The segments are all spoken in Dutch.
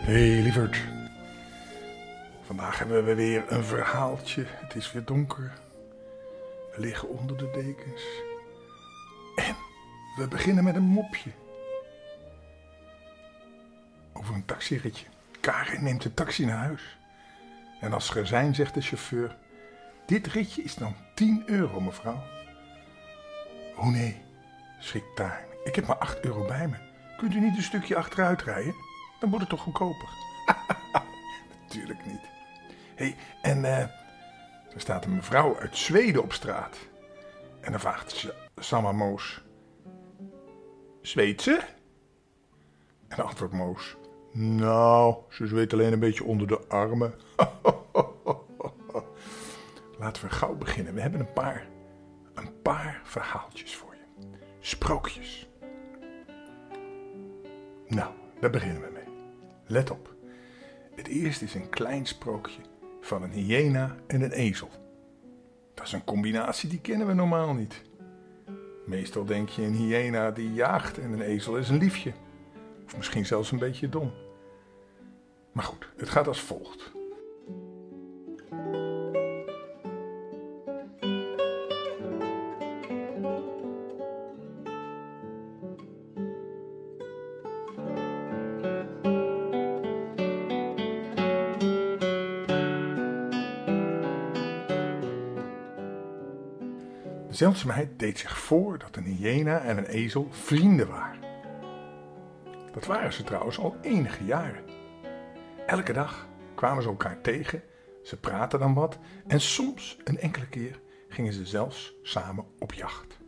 Hey lieverd, vandaag hebben we weer een verhaaltje. Het is weer donker, we liggen onder de dekens en we beginnen met een mopje. Over een taxiritje. Karin neemt de taxi naar huis en als gezijn zegt de chauffeur: dit ritje is dan €10 mevrouw. Oh nee, schrikt Karin, ik heb maar €8 bij me. Kunt u niet een stukje achteruit rijden? Dan wordt het toch goedkoper. Natuurlijk niet. Hey, en er staat een mevrouw uit Zweden op straat. En dan vraagt ze Samma Moos: Zweedse? En dan antwoordt Moos: nou, ze zweet alleen een beetje onder de armen. Laten we gauw beginnen. We hebben een paar verhaaltjes voor je. Sprookjes. Nou, daar beginnen we mee. Let op. Het eerste is een klein sprookje van een hyena en een ezel. Dat is een combinatie die kennen we normaal niet. Meestal denk je een hyena die jaagt en een ezel is een liefje. Of misschien zelfs een beetje dom. Maar goed, het gaat als volgt. De zeldzaamheid deed zich voor dat een hyena en een ezel vrienden waren. Dat waren ze trouwens al enige jaren. Elke dag kwamen ze elkaar tegen, ze praten dan wat en soms een enkele keer gingen ze zelfs samen op jacht.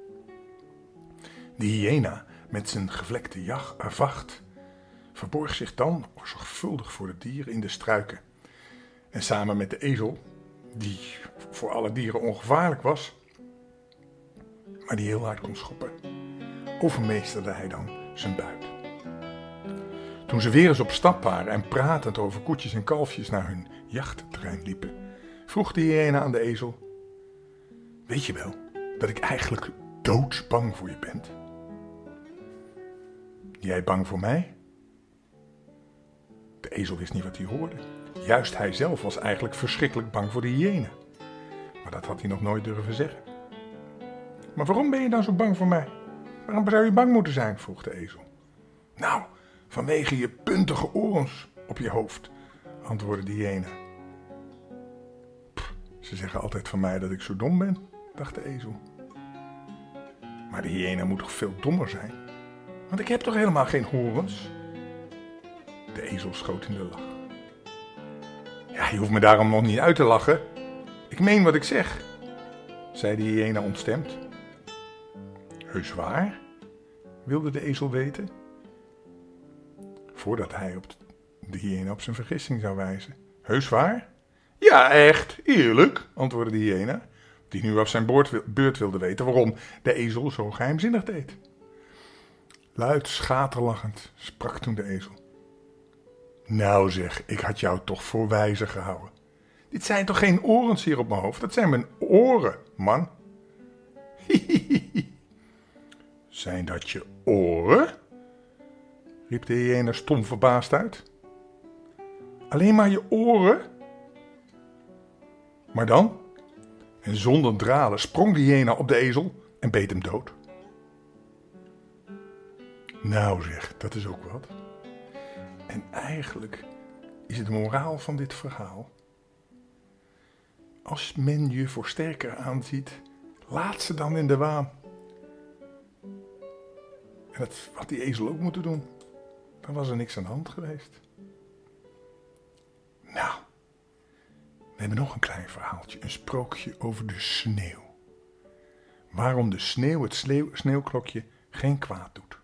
De hyena met zijn gevlekte vacht verborg zich dan zorgvuldig voor de dieren in de struiken. En samen met de ezel, die voor alle dieren ongevaarlijk was, maar die heel hard kon schoppen, overmeesterde hij dan zijn buit. Toen ze weer eens op stap waren en pratend over koetjes en kalfjes naar hun jachtterrein liepen, vroeg de hyena aan de ezel: weet je wel dat ik eigenlijk doodsbang voor je ben? Jij bang voor mij? De ezel wist niet wat hij hoorde. Juist hij zelf was eigenlijk verschrikkelijk bang voor de hyena. Maar dat had hij nog nooit durven zeggen. Maar waarom ben je dan zo bang voor mij? Waarom zou je bang moeten zijn? Vroeg de ezel. Nou, vanwege je puntige orens op je hoofd, antwoordde de hyena. Ze zeggen altijd van mij dat ik zo dom ben, dacht de ezel. Maar de hyena moet toch veel dommer zijn? Want ik heb toch helemaal geen horens? De ezel schoot in de lach. Ja, je hoeft me daarom nog niet uit te lachen. Ik meen wat ik zeg, zei de hyena ontstemd. Heus waar? Wilde de ezel weten. Voordat hij op de hyena op zijn vergissing zou wijzen. Heus waar? Ja, echt, eerlijk, antwoordde de hyena, die nu op zijn beurt wilde weten waarom de ezel zo geheimzinnig deed. Luid schaterlachend sprak toen de ezel. Nou zeg, ik had jou toch voor wijzer gehouden. Dit zijn toch geen orens hier op mijn hoofd, dat zijn mijn oren, man. Zijn dat je oren? Riep de hyena stom verbaasd uit. Alleen maar je oren? Maar dan? En zonder dralen sprong de hyena op de ezel en beet hem dood. Nou zeg, dat is ook wat. En eigenlijk is het moraal van dit verhaal: als men je voor sterker aanziet, laat ze dan in de waan. En dat had die ezel ook moeten doen. Dan was er niks aan de hand geweest. Nou, we hebben nog een klein verhaaltje. Een sprookje over de sneeuw. Waarom de sneeuw het sneeuwklokje geen kwaad doet.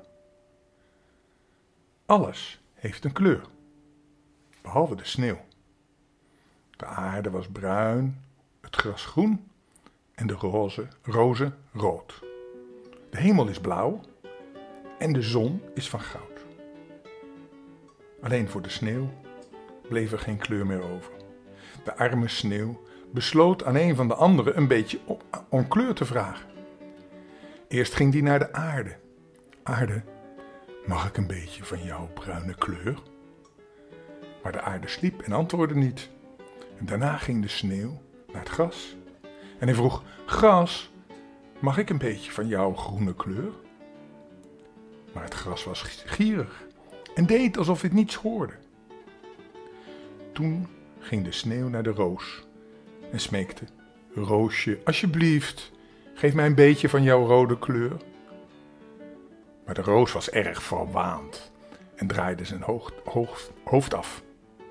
Alles heeft een kleur. Behalve de sneeuw. De aarde was bruin, het gras groen en de rozen rood. De hemel is blauw en de zon is van goud. Alleen voor de sneeuw bleef er geen kleur meer over. De arme sneeuw besloot aan een van de anderen een beetje om kleur te vragen. Eerst ging die naar de aarde. Aarde, mag ik een beetje van jouw bruine kleur? Maar de aarde sliep en antwoordde niet. En daarna ging de sneeuw naar het gras. En hij vroeg: Gras, mag ik een beetje van jouw groene kleur? Maar het gras was gierig en deed alsof het niets hoorde. Toen ging de sneeuw naar de roos en smeekte: Roosje, alsjeblieft, geef mij een beetje van jouw rode kleur. Maar de roos was erg verwaand en draaide zijn hoofd af.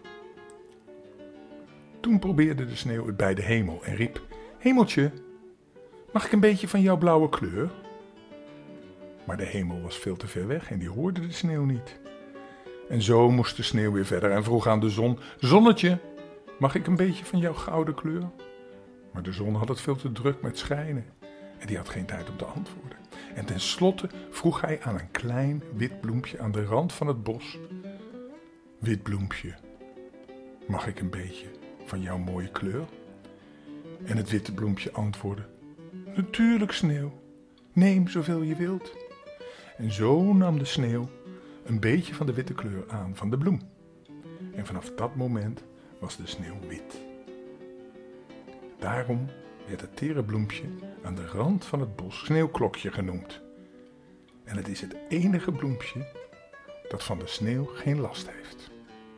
Toen probeerde de sneeuw het bij de hemel en riep: Hemeltje, mag ik een beetje van jouw blauwe kleur? Maar de hemel was veel te ver weg en die hoorde de sneeuw niet. En zo moest de sneeuw weer verder en vroeg aan de zon: Zonnetje, mag ik een beetje van jouw gouden kleur? Maar de zon had het veel te druk met schijnen en die had geen tijd om te antwoorden. En tenslotte vroeg hij aan een klein wit bloempje aan de rand van het bos: Wit bloempje, mag ik een beetje van jouw mooie kleur? En het witte bloempje antwoordde: Natuurlijk, sneeuw, neem zoveel je wilt. En zo nam de sneeuw een beetje van de witte kleur aan van de bloem. En vanaf dat moment was de sneeuw wit. Daarom werd het tere bloempje aan de rand van het bos Sneeuwklokje genoemd. En het is het enige bloempje dat van de sneeuw geen last heeft.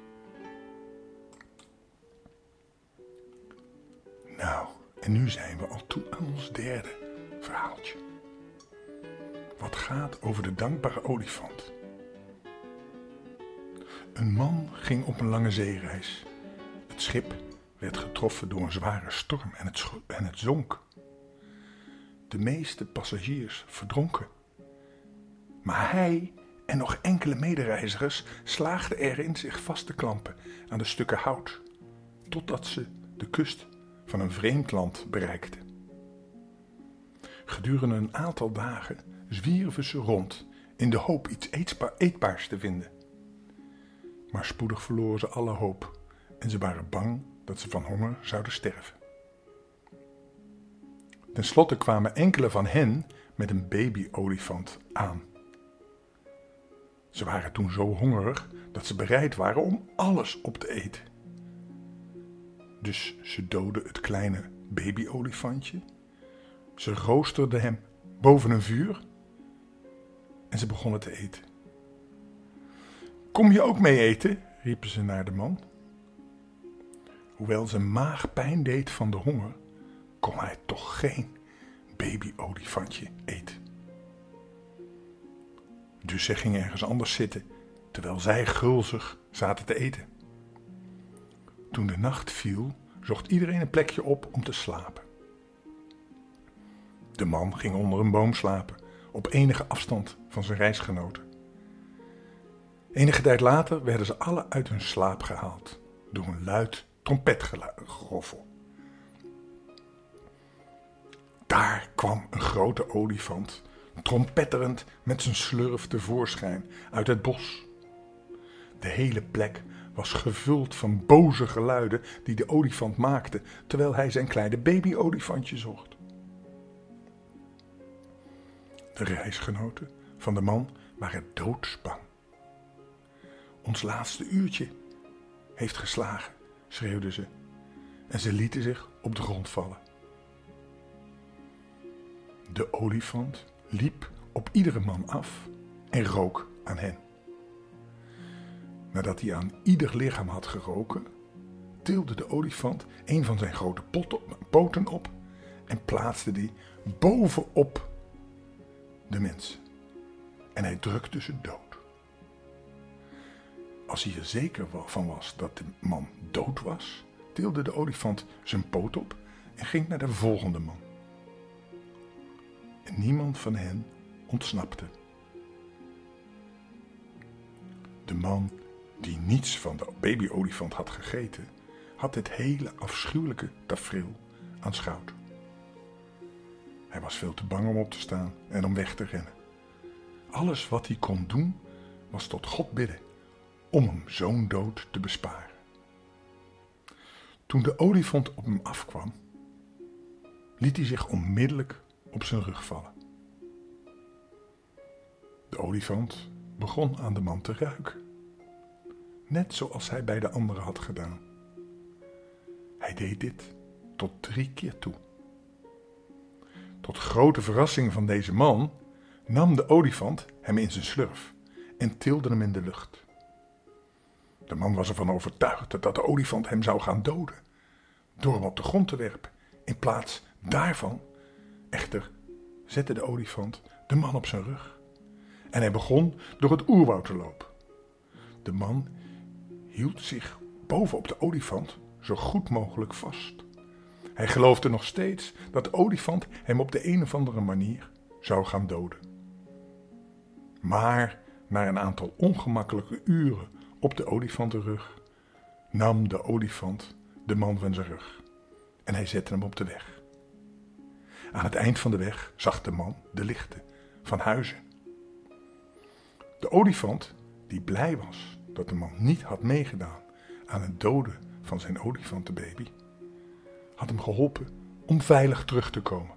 Nou, en nu zijn we al toe aan ons derde verhaaltje. Wat gaat over de dankbare olifant. Een man ging op een lange zeereis. Het schip werd getroffen door een zware storm en het zonk. De meeste passagiers verdronken. Maar hij en nog enkele medereizigers slaagden erin zich vast te klampen aan de stukken hout, totdat ze de kust van een vreemd land bereikten. Gedurende een aantal dagen zwierven ze rond in de hoop iets eetbaars te vinden. Maar spoedig verloren ze alle hoop en ze waren bang dat ze van honger zouden sterven. Ten slotte kwamen enkele van hen met een baby-olifant aan. Ze waren toen zo hongerig dat ze bereid waren om alles op te eten. Dus ze doodden het kleine baby-olifantje. Ze roosterden hem boven een vuur en ze begonnen te eten. Kom je ook mee eten? Riepen ze naar de man. Hoewel zijn maag pijn deed van de honger, kon hij toch geen baby-olifantje eten. Dus zij ging ergens anders zitten, terwijl zij gulzig zaten te eten. Toen de nacht viel, zocht iedereen een plekje op om te slapen. De man ging onder een boom slapen, op enige afstand van zijn reisgenoten. Enige tijd later werden ze alle uit hun slaap gehaald door een luid trompetgeroffel. Daar kwam een grote olifant, trompetterend met zijn slurf tevoorschijn uit het bos. De hele plek was gevuld van boze geluiden die de olifant maakte terwijl hij zijn kleine baby-olifantje zocht. De reisgenoten van de man waren doodsbang. Ons laatste uurtje heeft geslagen, schreeuwden ze, en ze lieten zich op de grond vallen. De olifant liep op iedere man af en rook aan hen. Nadat hij aan ieder lichaam had geroken, tilde de olifant een van zijn grote poten op en plaatste die bovenop de mens. En hij drukte ze dood. Als hij er zeker van was dat de man dood was, tilde de olifant zijn poot op en ging naar de volgende man. En niemand van hen ontsnapte. De man die niets van de baby-olifant had gegeten, had dit hele afschuwelijke tafereel aanschouwd. Hij was veel te bang om op te staan en om weg te rennen. Alles wat hij kon doen, was tot God bidden om hem zo'n dood te besparen. Toen de olifant op hem afkwam, liet hij zich onmiddellijk op zijn rug vallen. De olifant begon aan de man te ruiken. net zoals hij bij de anderen had gedaan. Hij deed dit tot 3 keer toe. Tot grote verrassing van deze man nam de olifant hem in zijn slurf en tilde hem in de lucht. De man was ervan overtuigd dat de olifant hem zou gaan doden, door hem op de grond te werpen. In plaats daarvan, echter, zette de olifant de man op zijn rug en hij begon door het oerwoud te lopen. De man hield zich bovenop de olifant zo goed mogelijk vast. Hij geloofde nog steeds dat de olifant hem op de een of andere manier zou gaan doden. Maar na een aantal ongemakkelijke uren op de olifantenrug nam de olifant de man van zijn rug en hij zette hem op de weg. Aan het eind van de weg zag de man de lichten van huizen. De olifant, die blij was dat de man niet had meegedaan aan het doden van zijn olifantenbaby, had hem geholpen om veilig terug te komen.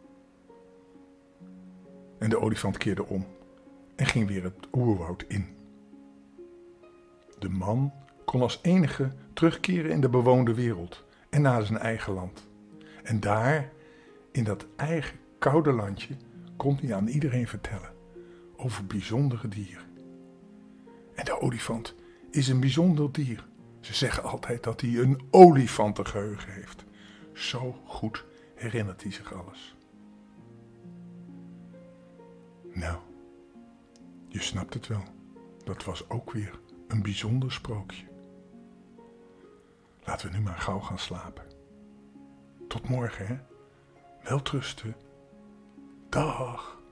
En de olifant keerde om en ging weer het oerwoud in. De man kon als enige terugkeren in de bewoonde wereld en naar zijn eigen land. En daar, in dat eigen koude landje, kon hij aan iedereen vertellen over bijzondere dieren. En de olifant is een bijzonder dier. Ze zeggen altijd dat hij een olifantengeheugen heeft. Zo goed herinnert hij zich alles. Nou, je snapt het wel. Dat was ook weer een bijzonder sprookje. Laten we nu maar gauw gaan slapen. Tot morgen, hè? Welterusten. Dag.